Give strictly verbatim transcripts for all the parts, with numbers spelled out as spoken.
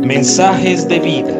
Mensajes de vida.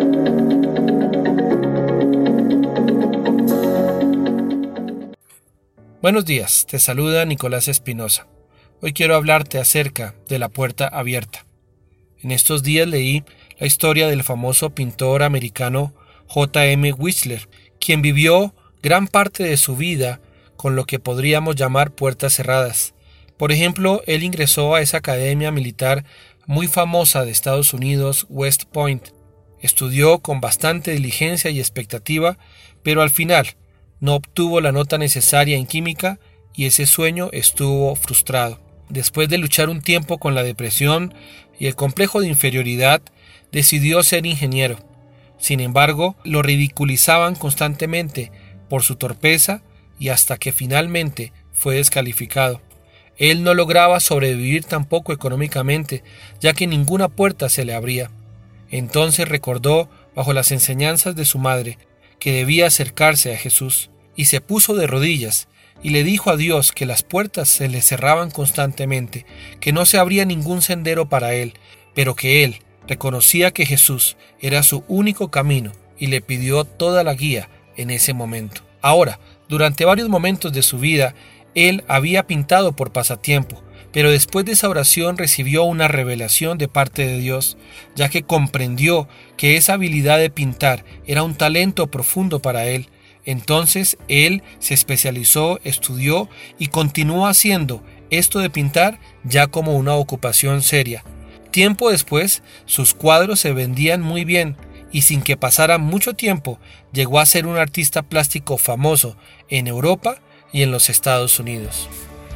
Buenos días, te saluda Nicolás Espinosa. Hoy quiero hablarte acerca de la puerta abierta. En estos días leí la historia del famoso pintor americano J M Whistler, quien vivió gran parte de su vida con lo que podríamos llamar puertas cerradas. Por ejemplo, él ingresó a esa academia militar muy famosa de Estados Unidos, West Point. Estudió con bastante diligencia y expectativa, pero al final no obtuvo la nota necesaria en química y ese sueño estuvo frustrado. Después de luchar un tiempo con la depresión y el complejo de inferioridad, decidió ser ingeniero. Sin embargo, lo ridiculizaban constantemente por su torpeza y hasta que finalmente fue descalificado. Él no lograba sobrevivir tampoco económicamente, ya que ninguna puerta se le abría. Entonces recordó, bajo las enseñanzas de su madre, que debía acercarse a Jesús, y se puso de rodillas, y le dijo a Dios que las puertas se le cerraban constantemente, que no se abría ningún sendero para él, pero que él reconocía que Jesús era su único camino, y le pidió toda la guía en ese momento. Ahora, durante varios momentos de su vida, él había pintado por pasatiempo, pero después de esa oración recibió una revelación de parte de Dios, ya que comprendió que esa habilidad de pintar era un talento profundo para él. Entonces él se especializó, estudió y continuó haciendo esto de pintar ya como una ocupación seria. Tiempo después, sus cuadros se vendían muy bien y sin que pasara mucho tiempo, llegó a ser un artista plástico famoso en Europa y en los Estados Unidos.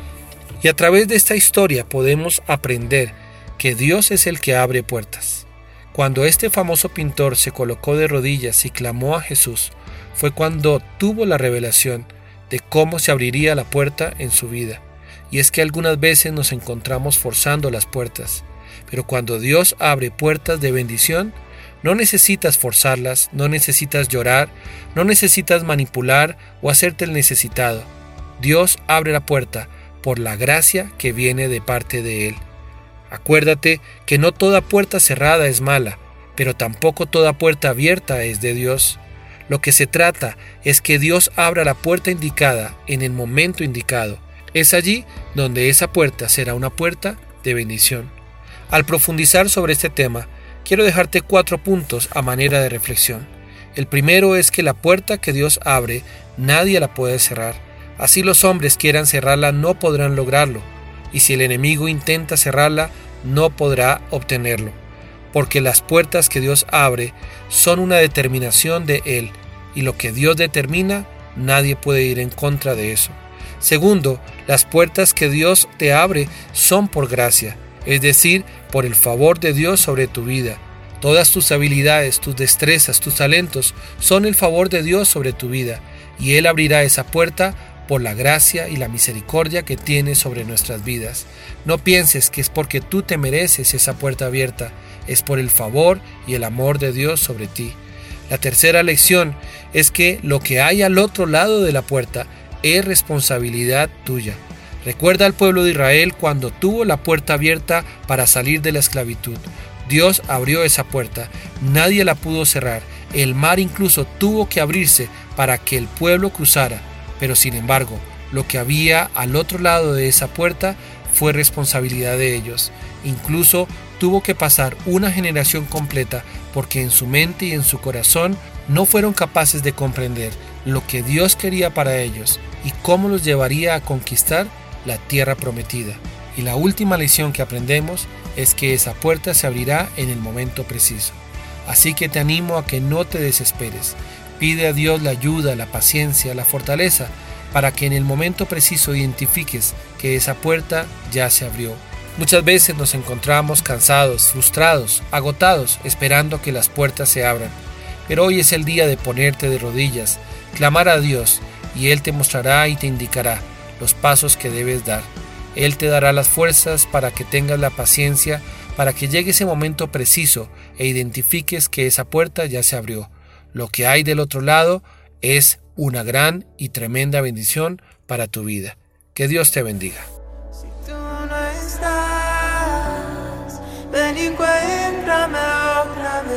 Y a través de esta historia podemos aprender que Dios es el que abre puertas. Cuando este famoso pintor se colocó de rodillas y clamó a Jesús, fue cuando tuvo la revelación de cómo se abriría la puerta en su vida. Y es que algunas veces nos encontramos forzando las puertas, pero cuando Dios abre puertas de bendición, no necesitas forzarlas, no necesitas llorar, no necesitas manipular o hacerte el necesitado. Dios abre la puerta por la gracia que viene de parte de Él. Acuérdate que no toda puerta cerrada es mala, pero tampoco toda puerta abierta es de Dios. Lo que se trata es que Dios abra la puerta indicada en el momento indicado. Es allí donde esa puerta será una puerta de bendición. Al profundizar sobre este tema, quiero dejarte cuatro puntos a manera de reflexión. El primero es que la puerta que Dios abre, nadie la puede cerrar. Así los hombres quieran cerrarla, no podrán lograrlo, y si el enemigo intenta cerrarla, no podrá obtenerlo, porque las puertas que Dios abre son una determinación de Él, y lo que Dios determina, nadie puede ir en contra de eso. Segundo, las puertas que Dios te abre son por gracia, es decir, por el favor de Dios sobre tu vida. Todas tus habilidades, tus destrezas, tus talentos son el favor de Dios sobre tu vida, y Él abrirá esa puerta por la gracia y la misericordia que tiene sobre nuestras vidas. No pienses que es porque tú te mereces esa puerta abierta, es por el favor y el amor de Dios sobre ti. La tercera lección es que lo que hay al otro lado de la puerta es responsabilidad tuya. Recuerda al pueblo de Israel cuando tuvo la puerta abierta para salir de la esclavitud. Dios abrió esa puerta, nadie la pudo cerrar, el mar incluso tuvo que abrirse para que el pueblo cruzara. Pero sin embargo, lo que había al otro lado de esa puerta fue responsabilidad de ellos. Incluso tuvo que pasar una generación completa porque en su mente y en su corazón no fueron capaces de comprender lo que Dios quería para ellos y cómo los llevaría a conquistar la tierra prometida. Y la última lección que aprendemos es que esa puerta se abrirá en el momento preciso. Así que te animo a que no te desesperes. Pide a Dios la ayuda, la paciencia, la fortaleza, para que en el momento preciso identifiques que esa puerta ya se abrió. Muchas veces nos encontramos cansados, frustrados, agotados, esperando que las puertas se abran. Pero hoy es el día de ponerte de rodillas, clamar a Dios, y Él te mostrará y te indicará los pasos que debes dar. Él te dará las fuerzas para que tengas la paciencia, para que llegue ese momento preciso e identifiques que esa puerta ya se abrió. Lo que hay del otro lado es una gran y tremenda bendición para tu vida. Que Dios te bendiga. Si tú no estás, ven y encuéntrame otra vez.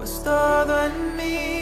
es todo en mí.